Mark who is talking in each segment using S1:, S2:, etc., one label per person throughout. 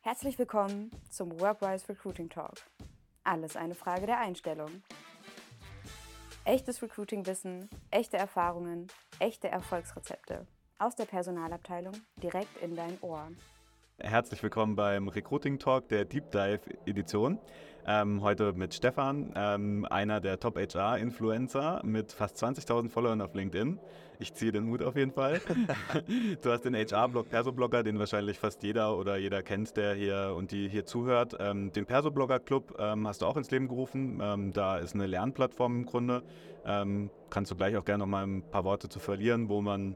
S1: Herzlich willkommen zum Workwise Recruiting Talk. Alles eine Frage der Einstellung. Echtes Recruiting-Wissen, echte Erfahrungen, echte Erfolgsrezepte. Aus der Personalabteilung direkt in dein Ohr.
S2: Herzlich willkommen beim Recruiting Talk der Deep Dive Edition. Heute mit Stefan, einer der Top HR-Influencer mit fast 20.000 Followern auf LinkedIn. Ich ziehe den Hut auf jeden Fall. Du hast den HR-Blog Persoblogger, den wahrscheinlich fast jeder kennt, der hier und die hier zuhört. Den Persoblogger Club hast du auch ins Leben gerufen. Da ist eine Lernplattform im Grunde. Kannst du gleich auch gerne noch mal ein paar Worte zu verlieren, wo man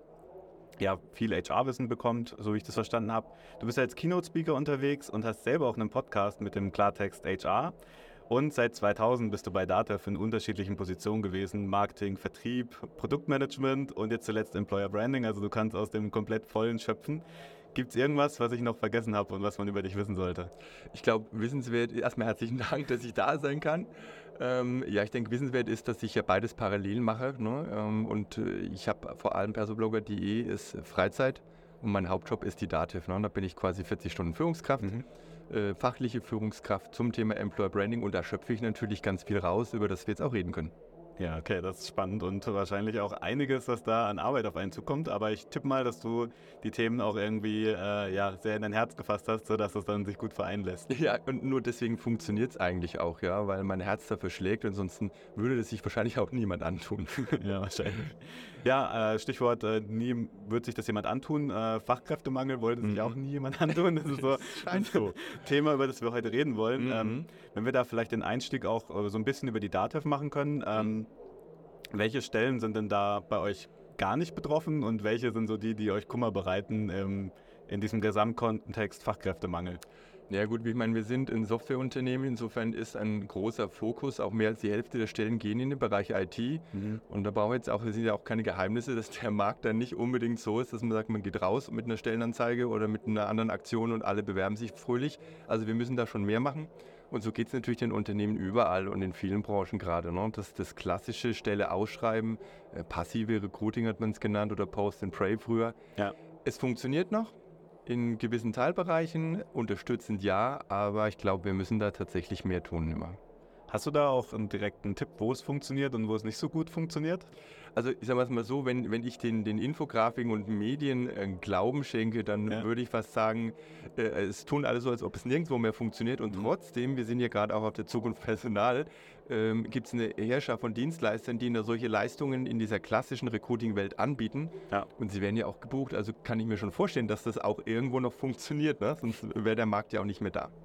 S2: viel HR-Wissen bekommt, so wie ich das verstanden habe. Du bist als Keynote-Speaker unterwegs und hast selber auch einen Podcast mit dem Klartext HR. Und seit 2000 bist du bei DATEV in unterschiedlichen Positionen gewesen. Marketing, Vertrieb, Produktmanagement und jetzt zuletzt Employer Branding. Also du kannst aus dem komplett vollen schöpfen. Gibt es irgendwas, was ich noch vergessen habe und was man über dich wissen sollte?
S3: Ich glaube, wissenswert, erstmal herzlichen Dank, dass ich da sein kann. Ich denke, wissenswert ist, dass ich ja beides parallel mache. Ne? Ich habe vor allem persoblogger.de ist Freizeit und mein Hauptjob ist die DATEV. Ne? Da bin ich quasi 40 Stunden Führungskraft, fachliche Führungskraft zum Thema Employer Branding und da schöpfe ich natürlich ganz viel raus, über das wir jetzt auch reden können.
S2: Ja, okay, das ist spannend und wahrscheinlich auch einiges, was da an Arbeit auf einen zukommt. Aber ich tippe mal, dass du die Themen auch irgendwie sehr in dein Herz gefasst hast, sodass es dann sich gut vereinen lässt.
S3: Ja, und nur deswegen funktioniert es eigentlich auch, ja, weil mein Herz dafür schlägt und ansonsten würde das sich wahrscheinlich auch niemand antun.
S2: Ja, wahrscheinlich. Ja, Stichwort, nie wird sich das jemand antun. Fachkräftemangel wollte sich auch nie jemand antun. Das ist so ein Thema, über das wir heute reden wollen. Wenn wir da vielleicht den Einstieg auch so ein bisschen über die DATEV machen können. Welche Stellen sind denn da bei euch gar nicht betroffen und welche sind so die euch Kummer bereiten in diesem Gesamtkontext Fachkräftemangel?
S3: Ja gut, ich meine, wir sind ein Softwareunternehmen, insofern ist ein großer Fokus, auch mehr als die Hälfte der Stellen gehen in den Bereich IT. Und da brauchen wir jetzt auch, das sind ja auch keine Geheimnisse, dass der Markt dann nicht unbedingt so ist, dass man sagt, man geht raus mit einer Stellenanzeige oder mit einer anderen Aktion und alle bewerben sich fröhlich. Also wir müssen da schon mehr machen. Und so geht es natürlich den Unternehmen überall und in vielen Branchen gerade. Ne? Das klassische Stelle ausschreiben, passive Recruiting hat man es genannt oder Post and Pray früher. Ja. Es funktioniert noch. In gewissen Teilbereichen, unterstützend ja, aber ich glaube, wir müssen da tatsächlich mehr tun immer.
S2: Hast du da auch einen direkten Tipp, wo es funktioniert und wo es nicht so gut funktioniert?
S3: Also ich sage mal so, wenn ich den Infografiken und Medien Glauben schenke, dann würde ich fast sagen, es tun alle so, als ob es nirgendwo mehr funktioniert und trotzdem, wir sind ja gerade auch auf der Zukunft Personal, gibt es eine Herrschaft von Dienstleistern, die solche Leistungen in dieser klassischen Recruiting-Welt anbieten und sie werden ja auch gebucht, also kann ich mir schon vorstellen, dass das auch irgendwo noch funktioniert, ne? Sonst wäre der Markt ja auch nicht mehr da.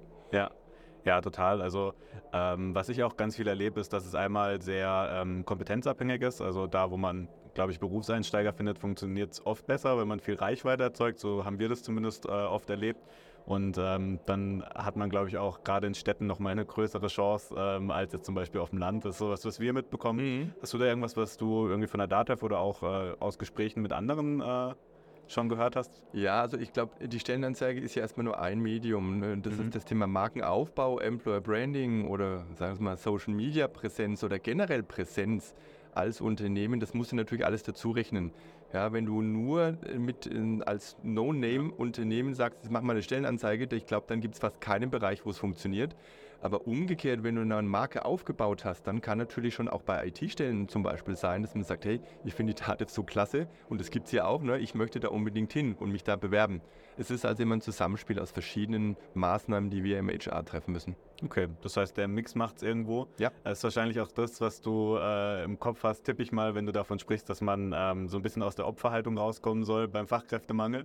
S2: Ja, total. Also was ich auch ganz viel erlebe, ist, dass es einmal sehr kompetenzabhängig ist. Also da, wo man, glaube ich, Berufseinsteiger findet, funktioniert es oft besser, wenn man viel Reichweite erzeugt. So haben wir das zumindest oft erlebt. Und dann hat man, glaube ich, auch gerade in Städten noch mal eine größere Chance als jetzt zum Beispiel auf dem Land. Das ist sowas, was wir mitbekommen. Hast du da irgendwas, was du irgendwie von der DATEV oder auch aus Gesprächen mit anderen schon gehört hast?
S3: Ja, also ich glaube, die Stellenanzeige ist ja erstmal nur ein Medium. Das ist das Thema Markenaufbau, Employer Branding oder sagen wir mal Social Media Präsenz oder generell Präsenz als Unternehmen. Das musst du natürlich alles dazu rechnen. Ja, wenn du nur als No-Name-Unternehmen sagst, mach mal eine Stellenanzeige, ich glaube, dann gibt es fast keinen Bereich, wo es funktioniert. Aber umgekehrt, wenn du eine Marke aufgebaut hast, dann kann natürlich schon auch bei IT-Stellen zum Beispiel sein, dass man sagt, hey, ich finde die DATEV so klasse und das gibt es ja auch, ne? Ich möchte da unbedingt hin und mich da bewerben. Es ist also immer ein Zusammenspiel aus verschiedenen Maßnahmen, die wir im HR treffen müssen.
S2: Okay, das heißt, der Mix macht es irgendwo. Ja. Das ist wahrscheinlich auch das, was du im Kopf hast, tippe ich mal, wenn du davon sprichst, dass man so ein bisschen aus der Opferhaltung rauskommen soll beim Fachkräftemangel.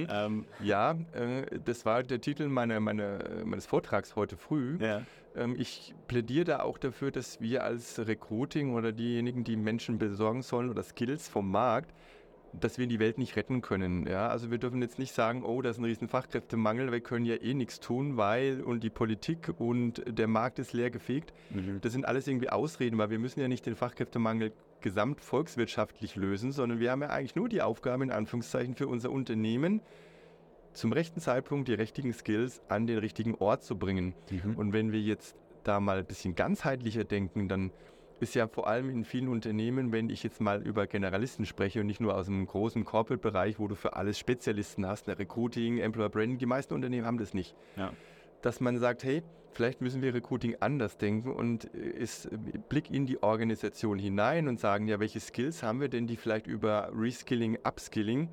S3: Das war der Titel meines Vortrags heute früh. Ja. Ich plädiere da auch dafür, dass wir als Recruiting oder diejenigen, die Menschen besorgen sollen oder Skills vom Markt, dass wir die Welt nicht retten können. Ja? Also wir dürfen jetzt nicht sagen, oh, da ist ein riesen Fachkräftemangel, wir können ja eh nichts tun, weil und die Politik und der Markt ist leer gefegt. Das sind alles irgendwie Ausreden, weil wir müssen ja nicht den Fachkräftemangel gesamtvolkswirtschaftlich lösen, sondern wir haben ja eigentlich nur die Aufgabe, in Anführungszeichen, für unser Unternehmen zum rechten Zeitpunkt die richtigen Skills an den richtigen Ort zu bringen. Und wenn wir jetzt da mal ein bisschen ganzheitlicher denken, dann ist ja vor allem in vielen Unternehmen, wenn ich jetzt mal über Generalisten spreche und nicht nur aus einem großen Corporate-Bereich, wo du für alles Spezialisten hast, eine Recruiting, Employer Branding, die meisten Unternehmen haben das nicht.
S2: Ja.
S3: Dass man sagt, hey, vielleicht müssen wir Recruiting anders denken und Blick in die Organisation hinein und sagen, ja, welche Skills haben wir denn, die vielleicht über Reskilling, Upskilling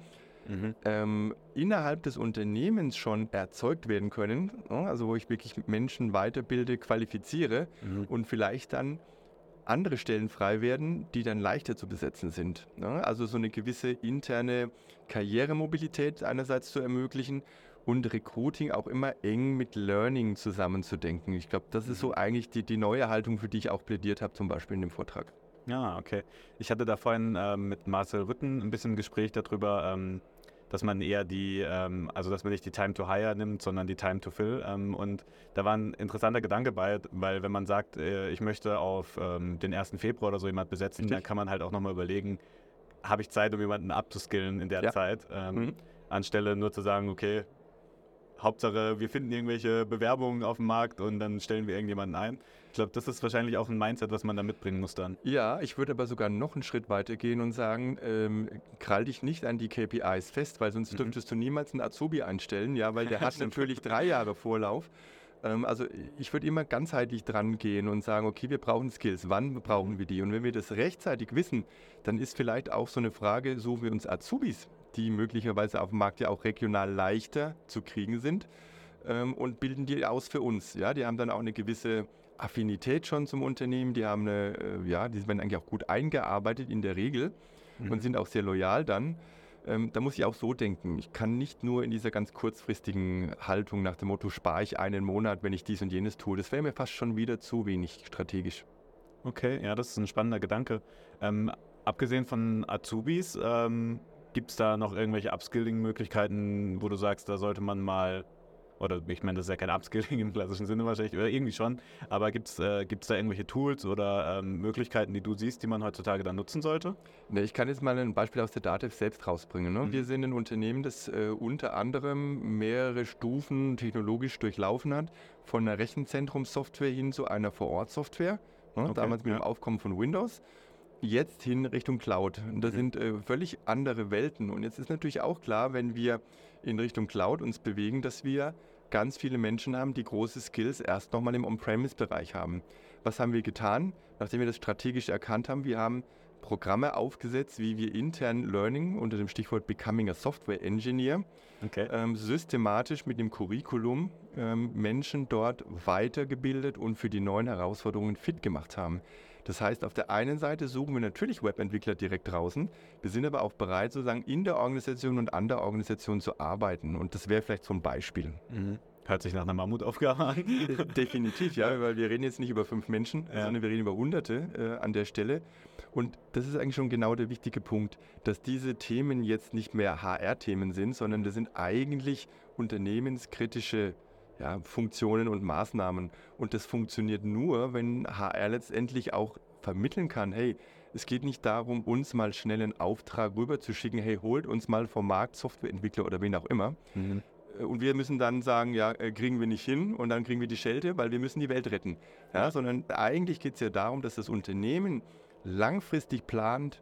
S3: innerhalb des Unternehmens schon erzeugt werden können, also wo ich wirklich Menschen weiterbilde, qualifiziere und vielleicht dann andere Stellen frei werden, die dann leichter zu besetzen sind. Also so eine gewisse interne Karrieremobilität einerseits zu ermöglichen und Recruiting auch immer eng mit Learning zusammenzudenken. Ich glaube, das ist so eigentlich die neue Haltung, für die ich auch plädiert habe, zum Beispiel in dem Vortrag.
S2: Ja, okay. Ich hatte da vorhin mit Marcel Rütten ein bisschen ein Gespräch darüber, dass man eher also dass man nicht die Time to Hire nimmt, sondern die Time to Fill. Und da war ein interessanter Gedanke bei, weil wenn man sagt, ich möchte auf den 1. Februar oder so jemand besetzen, dann kann man halt auch nochmal überlegen, habe ich Zeit, um jemanden abzuskillen in der Zeit, anstelle nur zu sagen, okay, Hauptsache, wir finden irgendwelche Bewerbungen auf dem Markt und dann stellen wir irgendjemanden ein. Ich glaube, das ist wahrscheinlich auch ein Mindset, was man da mitbringen muss dann.
S3: Ja, ich würde aber sogar noch einen Schritt weiter gehen und sagen, krall dich nicht an die KPIs fest, weil sonst dürftest du niemals einen Azubi einstellen, ja, weil der hat natürlich 3 Jahre Vorlauf. Also ich würde immer ganzheitlich dran gehen und sagen, okay, wir brauchen Skills, wann brauchen wir die? Und wenn wir das rechtzeitig wissen, dann ist vielleicht auch so eine Frage, suchen wir uns Azubis, die möglicherweise auf dem Markt ja auch regional leichter zu kriegen sind und bilden die aus für uns. Ja, die haben dann auch eine gewisse Affinität schon zum Unternehmen, die haben die werden eigentlich auch gut eingearbeitet in der Regel und sind auch sehr loyal dann. Da muss ich auch so denken, ich kann nicht nur in dieser ganz kurzfristigen Haltung nach dem Motto, spare ich einen Monat, wenn ich dies und jenes tue. Das wäre mir fast schon wieder zu wenig strategisch.
S2: Okay, ja, das ist ein spannender Gedanke. Abgesehen von Azubis, gibt es da noch irgendwelche Upskilling-Möglichkeiten, wo du sagst, da sollte man mal, oder ich meine, das ist ja kein Upskilling im klassischen Sinne wahrscheinlich, oder irgendwie schon, aber gibt's da irgendwelche Tools oder Möglichkeiten, die du siehst, die man heutzutage dann nutzen sollte?
S3: Ne, ich kann jetzt mal ein Beispiel aus der DATEV selbst rausbringen. Ne? Wir sind ein Unternehmen, das unter anderem mehrere Stufen technologisch durchlaufen hat, von einer Rechenzentrumssoftware hin zu einer Vor-Ort-Software, damals mit dem Aufkommen von Windows. Jetzt hin Richtung Cloud. Und das sind völlig andere Welten. Und jetzt ist natürlich auch klar, wenn wir in Richtung Cloud uns bewegen, dass wir ganz viele Menschen haben, die große Skills erst nochmal im On-Premise-Bereich haben. Was haben wir getan? Nachdem wir das strategisch erkannt haben, wir haben Programme aufgesetzt, wie wir intern Learning unter dem Stichwort Becoming a Software Engineer systematisch mit dem Curriculum Menschen dort weitergebildet und für die neuen Herausforderungen fit gemacht haben. Das heißt, auf der einen Seite suchen wir natürlich Webentwickler direkt draußen, wir sind aber auch bereit, sozusagen in der Organisation und an der Organisation zu arbeiten. Und das wäre vielleicht so ein Beispiel.
S2: Hört sich nach einer Mammutaufgabe an.
S3: Definitiv, ja, weil wir reden jetzt nicht über 5 Menschen, sondern wir reden über Hunderte an der Stelle. Und das ist eigentlich schon genau der wichtige Punkt, dass diese Themen jetzt nicht mehr HR-Themen sind, sondern das sind eigentlich unternehmenskritische Funktionen und Maßnahmen. Und das funktioniert nur, wenn HR letztendlich auch vermitteln kann, hey, es geht nicht darum, uns mal schnell einen Auftrag rüberzuschicken, hey, holt uns mal vom Markt Softwareentwickler oder wen auch immer. Und wir müssen dann sagen, ja, kriegen wir nicht hin und dann kriegen wir die Schelte, weil wir müssen die Welt retten. Ja, sondern eigentlich geht es ja darum, dass das Unternehmen langfristig plant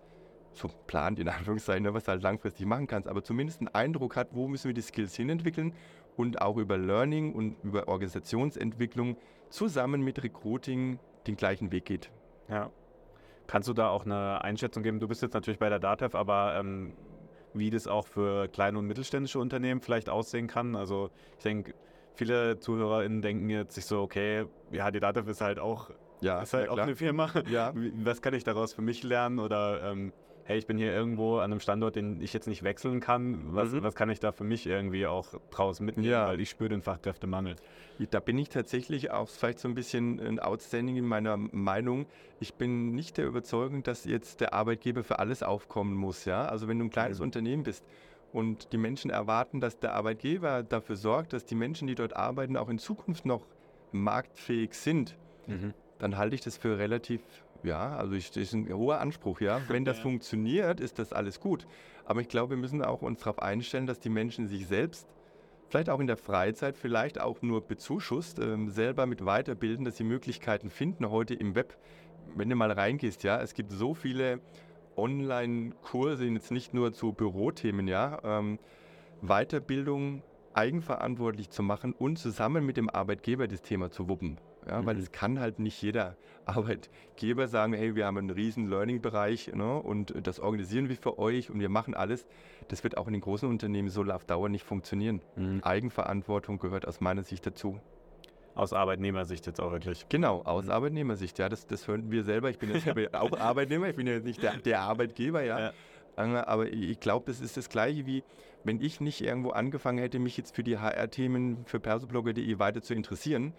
S3: in Anführungszeichen, was du halt langfristig machen kannst, aber zumindest einen Eindruck hat, wo müssen wir die Skills hinentwickeln und auch über Learning und über Organisationsentwicklung zusammen mit Recruiting den gleichen Weg geht.
S2: Ja. Kannst du da auch eine Einschätzung geben? Du bist jetzt natürlich bei der DATEV, aber wie das auch für kleine und mittelständische Unternehmen vielleicht aussehen kann? Also ich denke, viele ZuhörerInnen denken jetzt sich so, okay, ja, die DATEV ist halt auch, auch eine Firma. Ja. Was kann ich daraus für mich lernen? Oder hey, ich bin hier irgendwo an einem Standort, den ich jetzt nicht wechseln kann. Was kann ich da für mich irgendwie auch draus mitnehmen? Weil ich spüre den Fachkräftemangel.
S3: Da bin ich tatsächlich auch vielleicht so ein bisschen ein Outstanding in meiner Meinung. Ich bin nicht der Überzeugung, dass jetzt der Arbeitgeber für alles aufkommen muss. Ja? Also wenn du ein kleines Unternehmen bist und die Menschen erwarten, dass der Arbeitgeber dafür sorgt, dass die Menschen, die dort arbeiten, auch in Zukunft noch marktfähig sind, dann halte ich das für relativ... das ist ein hoher Anspruch, ja. Wenn das funktioniert, ist das alles gut. Aber ich glaube, wir müssen auch uns darauf einstellen, dass die Menschen sich selbst, vielleicht auch in der Freizeit, vielleicht auch nur bezuschusst, selber mit weiterbilden, dass sie Möglichkeiten finden. Heute im Web wenn du mal reingehst, ja, es gibt so viele Online-Kurse, jetzt nicht nur zu Bürothemen, ja, Weiterbildung eigenverantwortlich zu machen und zusammen mit dem Arbeitgeber das Thema zu wuppen. Ja, weil es kann halt nicht jeder Arbeitgeber sagen, hey, wir haben einen riesen Learning-Bereich, ne, und das organisieren wir für euch und wir machen alles. Das wird auch in den großen Unternehmen so auf Dauer nicht funktionieren. Eigenverantwortung gehört aus meiner Sicht dazu.
S2: Aus Arbeitnehmersicht jetzt auch wirklich.
S3: Genau, aus Arbeitnehmersicht, ja, das hören wir selber. Ich bin ja selber auch Arbeitnehmer, ich bin ja nicht der Arbeitgeber, ja. Aber ich glaube, das ist das Gleiche wie, wenn ich nicht irgendwo angefangen hätte, mich jetzt für die HR-Themen für persoblogger.de weiter zu interessieren,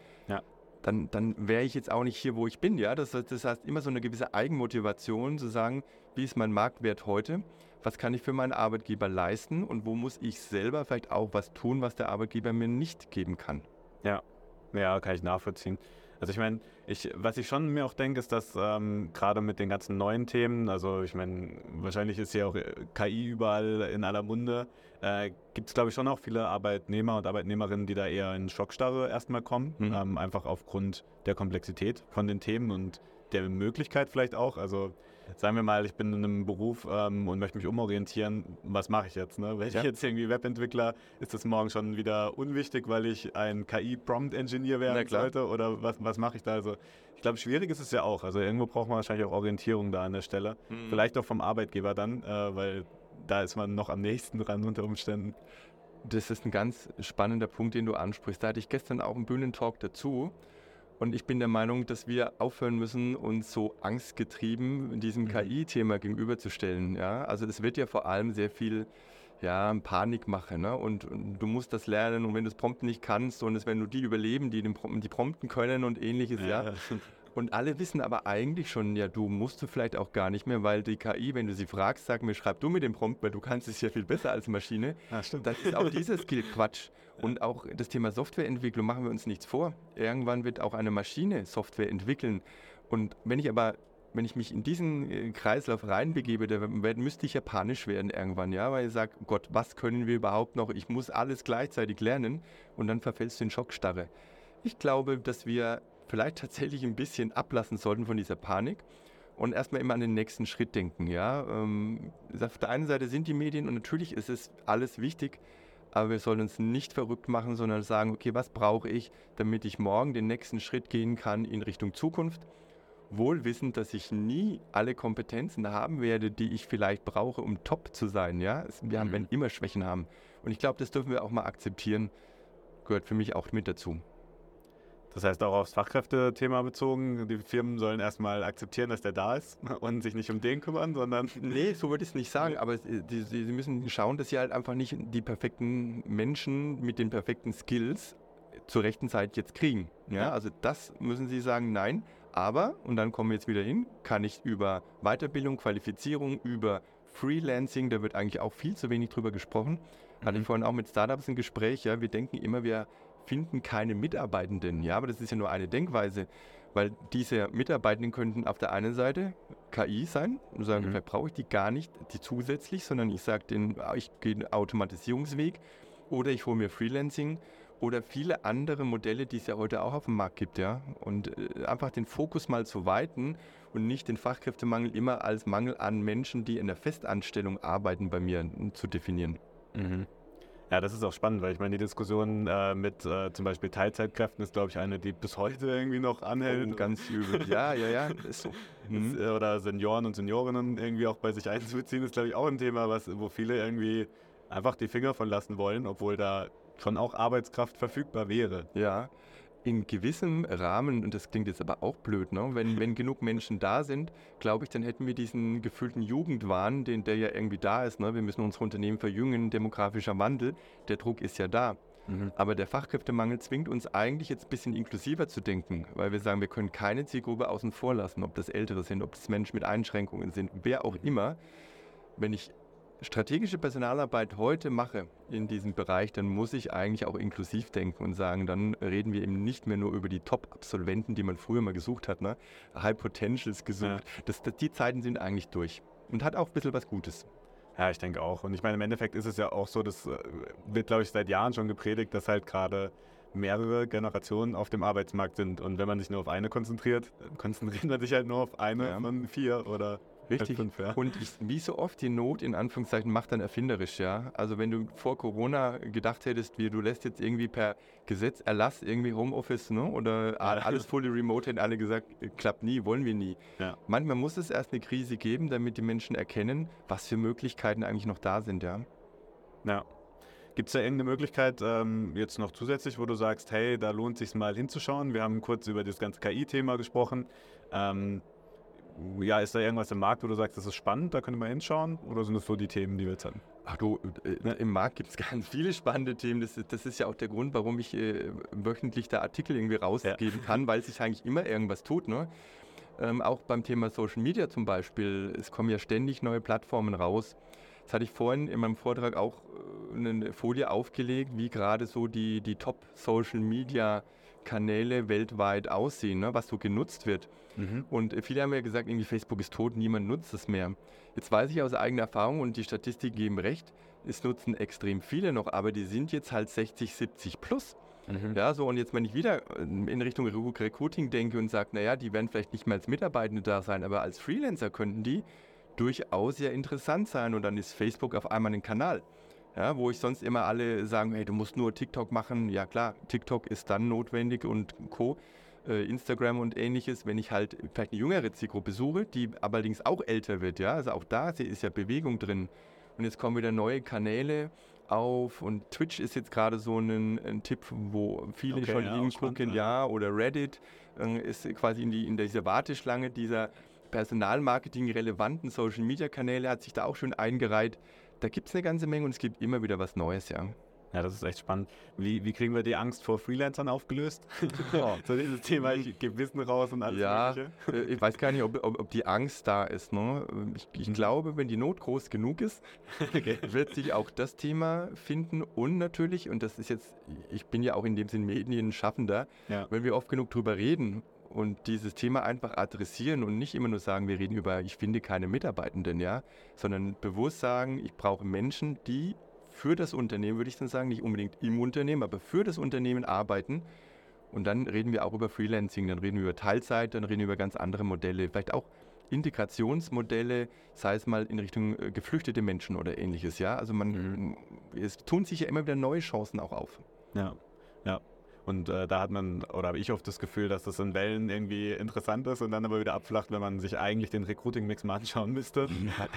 S3: dann wäre ich jetzt auch nicht hier, wo ich bin. Ja? Das heißt, immer so eine gewisse Eigenmotivation zu sagen, wie ist mein Marktwert heute, was kann ich für meinen Arbeitgeber leisten und wo muss ich selber vielleicht auch was tun, was der Arbeitgeber mir nicht geben kann.
S2: Ja, kann ich nachvollziehen. Also ich meine, was ich schon mir auch denke, ist, dass gerade mit den ganzen neuen Themen, also ich meine, wahrscheinlich ist ja auch KI überall in aller Munde, gibt es glaube ich schon auch viele Arbeitnehmer und Arbeitnehmerinnen, die da eher in Schockstarre erstmal kommen, einfach aufgrund der Komplexität von den Themen und der Möglichkeit vielleicht auch. Also sagen wir mal, ich bin in einem Beruf und möchte mich umorientieren, was mache ich jetzt? Ne? Wenn ich jetzt irgendwie Webentwickler, ist das morgen schon wieder unwichtig, weil ich ein KI-Prompt-Engineer werden sollte? Oder was mache ich da? Also ich glaube, schwierig ist es ja auch. Also irgendwo braucht man wahrscheinlich auch Orientierung da an der Stelle. Vielleicht auch vom Arbeitgeber dann, weil da ist man noch am nächsten dran unter Umständen.
S3: Das ist ein ganz spannender Punkt, den du ansprichst. Da hatte ich gestern auch einen Bühnentalk dazu. Und ich bin der Meinung, dass wir aufhören müssen, uns so angstgetrieben diesem KI-Thema gegenüberzustellen. Ja? Also es wird ja vor allem sehr viel Panikmache, ne? Und du musst das lernen und wenn du das Prompten nicht kannst und es werden nur die überleben, die die Prompten können und ähnliches. Ja. Und alle wissen aber eigentlich schon, ja, du musst du vielleicht auch gar nicht mehr, weil die KI, wenn du sie fragst, sag mir, schreib du mit dem Prompt, weil du kannst es ja viel besser als Maschine. Dann ist auch dieser Skill Quatsch. Und auch das Thema Softwareentwicklung, machen wir uns nichts vor. Irgendwann wird auch eine Maschine Software entwickeln. Und wenn ich mich in diesen Kreislauf reinbegebe, müsste ich ja panisch werden irgendwann, ja, weil ich sage, Gott, was können wir überhaupt noch? Ich muss alles gleichzeitig lernen und dann verfällst du in Schockstarre. Ich glaube, dass wir vielleicht tatsächlich ein bisschen ablassen sollten von dieser Panik und erstmal immer an den nächsten Schritt denken. Ja? Auf der einen Seite sind die Medien und natürlich ist es alles wichtig, aber wir sollen uns nicht verrückt machen, sondern sagen, okay, was brauche ich, damit ich morgen den nächsten Schritt gehen kann in Richtung Zukunft, wohl wissend, dass ich nie alle Kompetenzen haben werde, die ich vielleicht brauche, um top zu sein. Ja? Wir werden immer Schwächen haben und ich glaube, das dürfen wir auch mal akzeptieren, gehört für mich auch mit dazu.
S2: Das heißt auch aufs Fachkräftethema bezogen, die Firmen sollen erstmal akzeptieren, dass der da ist und sich nicht um den kümmern, sondern...
S3: Nee, so würde ich es nicht sagen, aber sie müssen schauen, dass sie halt einfach nicht die perfekten Menschen mit den perfekten Skills zur rechten Zeit jetzt kriegen. Ja? Also das müssen sie sagen, nein, aber, und dann kommen wir jetzt wieder hin, kann ich über Weiterbildung, Qualifizierung, über Freelancing, da wird eigentlich auch viel zu wenig drüber gesprochen. Hatte ich vorhin auch mit Startups ein Gespräch, ja, wir denken immer, wir finden keine Mitarbeitenden, ja, aber das ist ja nur eine Denkweise, weil diese Mitarbeitenden könnten auf der einen Seite KI sein und sagen, vielleicht brauche ich die gar nicht, die zusätzlich, sondern ich sage denen, ich gehe den Automatisierungsweg oder ich hole mir Freelancing oder viele andere Modelle, die es ja heute auch auf dem Markt gibt, ja, und einfach den Fokus mal zu weiten und nicht den Fachkräftemangel immer als Mangel an Menschen, die in der Festanstellung arbeiten, bei mir zu definieren.
S2: Ja, das ist auch spannend, weil ich meine, die Diskussion mit zum Beispiel Teilzeitkräften ist, glaube ich, eine, die bis heute irgendwie noch anhält.
S3: Ganz übel. Ja, ist so.
S2: Oder Senioren und Seniorinnen irgendwie auch bei sich einzubeziehen, ist, glaube ich, auch ein Thema, wo viele irgendwie einfach die Finger von lassen wollen, obwohl da schon auch Arbeitskraft verfügbar wäre.
S3: Ja, in gewissem Rahmen, und das klingt jetzt aber auch blöd, ne? Wenn genug Menschen da sind, glaube ich, dann hätten wir diesen gefühlten Jugendwahn, der ja irgendwie da ist. Ne? Wir müssen unsere Unternehmen verjüngen, demografischer Wandel, der Druck ist ja da. Aber der Fachkräftemangel zwingt uns eigentlich jetzt ein bisschen inklusiver zu denken, weil wir sagen, wir können keine Zielgruppe außen vor lassen, ob das Ältere sind, ob das Menschen mit Einschränkungen sind, wer auch immer. Wenn ich strategische Personalarbeit heute mache in diesem Bereich, dann muss ich eigentlich auch inklusiv denken und sagen, dann reden wir eben nicht mehr nur über die Top-Absolventen, die man früher mal gesucht hat, ne? High Potentials gesucht. Ja. Die Zeiten sind eigentlich durch und hat auch ein bisschen was Gutes.
S2: Ja, ich denke auch. Und ich meine, im Endeffekt ist es ja auch so, das wird, glaube ich, seit Jahren schon gepredigt, dass halt gerade mehrere Generationen auf dem Arbeitsmarkt sind. Und wenn man sich nur auf eine konzentriert, dann konzentriert man sich halt nur auf eine von 4 oder
S3: Richtig.
S2: 5. Ja.
S3: Und wie so oft die Not in Anführungszeichen macht dann erfinderisch, ja. Also wenn du vor Corona gedacht hättest, du lässt jetzt irgendwie per Gesetz, Erlass irgendwie Homeoffice, ne? Oder alles fully remote, hätten alle gesagt, klappt nie, wollen wir nie.
S2: Ja.
S3: Manchmal muss es erst eine Krise geben, damit die Menschen erkennen, was für Möglichkeiten eigentlich noch da sind, ja.
S2: Ja. Gibt es da irgendeine Möglichkeit jetzt noch zusätzlich, wo du sagst, hey, da lohnt es sich mal hinzuschauen? Wir haben kurz über das ganze KI-Thema gesprochen. Ja, ist da irgendwas im Markt, wo du sagst, das ist spannend, da könnte man hinschauen? Oder sind das so die Themen, die wir jetzt hatten?
S3: Ach du, im Markt gibt es ganz viele spannende Themen. Das ist ja auch der Grund, warum ich wöchentlich da Artikel irgendwie rausgeben kann, weil sich eigentlich immer irgendwas tut. Ne? Auch beim Thema Social Media zum Beispiel, es kommen ja ständig neue Plattformen raus. Das hatte ich vorhin in meinem Vortrag auch eine Folie aufgelegt, wie gerade so die Top-Social-Media-Kanäle weltweit aussehen, ne, was so genutzt wird. Und viele haben ja gesagt, irgendwie Facebook ist tot, niemand nutzt es mehr. Jetzt weiß ich aus eigener Erfahrung und die Statistiken geben recht, es nutzen extrem viele noch, aber die sind jetzt halt 60, 70 plus. Ja, so, und jetzt, wenn ich wieder in Richtung Recruiting denke und sage, naja, die werden vielleicht nicht mehr als Mitarbeitende da sein, aber als Freelancer könnten die durchaus ja interessant sein, und dann ist Facebook auf einmal ein Kanal. Ja, wo ich sonst immer alle sagen, hey, du musst nur TikTok machen. Ja klar, TikTok ist dann notwendig und Co. Instagram und ähnliches, wenn ich halt vielleicht eine jüngere Zielgruppe suche, die allerdings auch älter wird. Ja? Also auch da ist ja Bewegung drin. Und jetzt kommen wieder neue Kanäle auf, und Twitch ist jetzt gerade so ein Tipp, wo viele schon hingucken, ja, oder Reddit ist quasi in dieser Warteschlange dieser Personalmarketing-relevanten Social-Media-Kanäle, hat sich da auch schon eingereiht. Da gibt es eine ganze Menge und es gibt immer wieder was Neues, ja.
S2: Ja, das ist echt spannend. Wie kriegen wir die Angst vor Freelancern aufgelöst? So dieses Thema, ich gebe Wissen raus und alles Mögliche.
S3: Ich weiß gar nicht, ob die Angst da ist. Ne? Ich glaube, wenn die Not groß genug ist, wird sich auch das Thema finden. Und natürlich, und das ist jetzt, ich bin ja auch in dem Sinn Medienschaffender, wenn wir oft genug drüber reden und dieses Thema einfach adressieren und nicht immer nur sagen, wir reden über, ich finde keine Mitarbeitenden, ja, sondern bewusst sagen, ich brauche Menschen, die für das Unternehmen, würde ich dann sagen, nicht unbedingt im Unternehmen, aber für das Unternehmen arbeiten. Und dann reden wir auch über Freelancing, dann reden wir über Teilzeit, dann reden wir über ganz andere Modelle, vielleicht auch Integrationsmodelle, sei es mal in Richtung geflüchtete Menschen oder ähnliches. Ja? Also es tun sich ja immer wieder neue Chancen auch auf.
S2: Ja. Und da hat man, oder habe ich oft das Gefühl, dass das in Wellen irgendwie interessant ist und dann aber wieder abflacht, wenn man sich eigentlich den Recruiting-Mix mal anschauen müsste.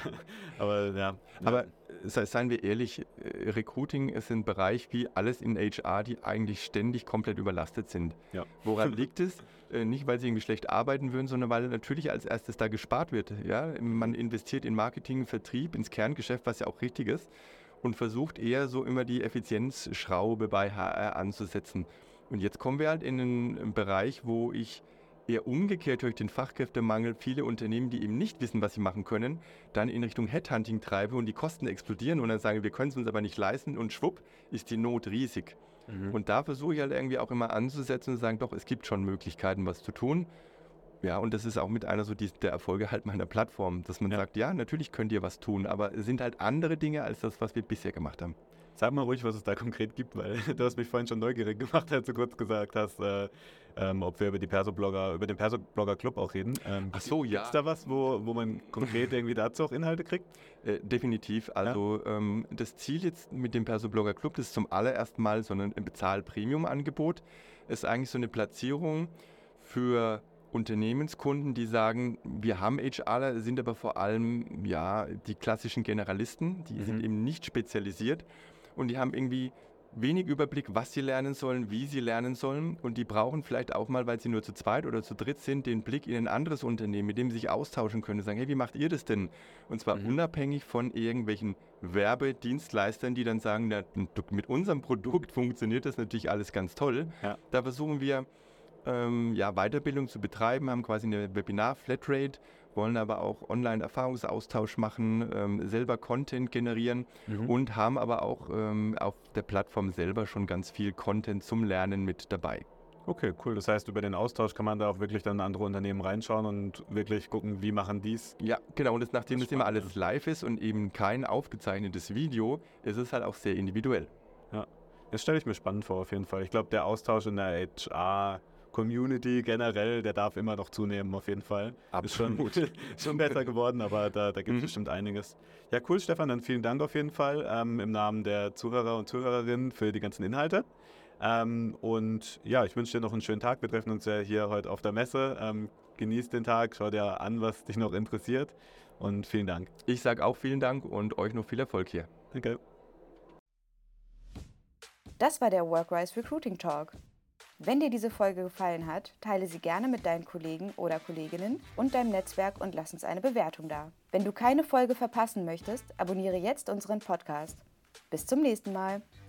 S2: Aber ja.
S3: Aber seien wir ehrlich, Recruiting ist ein Bereich wie alles in HR, die eigentlich ständig komplett überlastet sind.
S2: Ja.
S3: Woran liegt es? Nicht, weil sie irgendwie schlecht arbeiten würden, sondern weil natürlich als erstes da gespart wird. Ja? Man investiert in Marketing, Vertrieb, ins Kerngeschäft, was ja auch richtig ist, und versucht eher so immer die Effizienzschraube bei HR anzusetzen. Und jetzt kommen wir halt in einen Bereich, wo ich eher umgekehrt durch den Fachkräftemangel viele Unternehmen, die eben nicht wissen, was sie machen können, dann in Richtung Headhunting treibe und die Kosten explodieren und dann sagen, wir können es uns aber nicht leisten, und schwupp ist die Not riesig. Und da versuche ich halt irgendwie auch immer anzusetzen und zu sagen, doch, es gibt schon Möglichkeiten, was zu tun. Ja, und das ist auch mit einer so der Erfolge halt meiner Plattform, dass man sagt, ja, natürlich könnt ihr was tun, aber es sind halt andere Dinge als das, was wir bisher gemacht haben.
S2: Sag mal ruhig, was es da konkret gibt, weil du hast mich vorhin schon neugierig gemacht, als du kurz gesagt hast, ob wir über den Persoblogger Club auch reden.
S3: Ach so, ja.
S2: Gibt es da was, wo man konkret irgendwie dazu auch Inhalte kriegt?
S3: Definitiv. Also das Ziel jetzt mit dem Persoblogger Club, das ist zum allerersten Mal so ein Bezahl-Premium-Angebot, ist eigentlich so eine Platzierung für Unternehmenskunden, die sagen, wir haben HRler, sind aber vor allem die klassischen Generalisten, die sind eben nicht spezialisiert. Und die haben irgendwie wenig Überblick, was sie lernen sollen, wie sie lernen sollen. Und die brauchen vielleicht auch mal, weil sie nur zu zweit oder zu dritt sind, den Blick in ein anderes Unternehmen, mit dem sie sich austauschen können. Sagen, hey, wie macht ihr das denn? Und zwar unabhängig von irgendwelchen Werbedienstleistern, die dann sagen, na, mit unserem Produkt funktioniert das natürlich alles ganz toll. Ja. Da versuchen wir, Weiterbildung zu betreiben, haben quasi eine Webinar-Flatrate, wollen aber auch Online-Erfahrungsaustausch machen, selber Content generieren und haben aber auch auf der Plattform selber schon ganz viel Content zum Lernen mit dabei.
S2: Okay, cool. Das heißt, über den Austausch kann man da auch wirklich dann in andere Unternehmen reinschauen und wirklich gucken, wie machen die es?
S3: Ja, genau. Und nachdem das immer alles live ist und eben kein aufgezeichnetes Video, ist es halt auch sehr individuell.
S2: Ja. Das stelle ich mir spannend vor, auf jeden Fall. Ich glaube, der Austausch in der HR-Community generell, der darf immer noch zunehmen, auf jeden Fall.
S3: Absolut.
S2: Ist schon besser geworden, aber da gibt es bestimmt einiges. Ja, cool, Stefan, dann vielen Dank auf jeden Fall im Namen der Zuhörer und Zuhörerinnen für die ganzen Inhalte. Und ja, ich wünsche dir noch einen schönen Tag. Wir treffen uns ja hier heute auf der Messe. Genieß den Tag, schau dir an, was dich noch interessiert. Und vielen Dank.
S3: Ich sage auch vielen Dank und euch noch viel Erfolg hier.
S2: Danke.
S1: Das war der Workwise Recruiting Talk. Wenn dir diese Folge gefallen hat, teile sie gerne mit deinen Kollegen oder Kolleginnen und deinem Netzwerk und lass uns eine Bewertung da. Wenn du keine Folge verpassen möchtest, abonniere jetzt unseren Podcast. Bis zum nächsten Mal.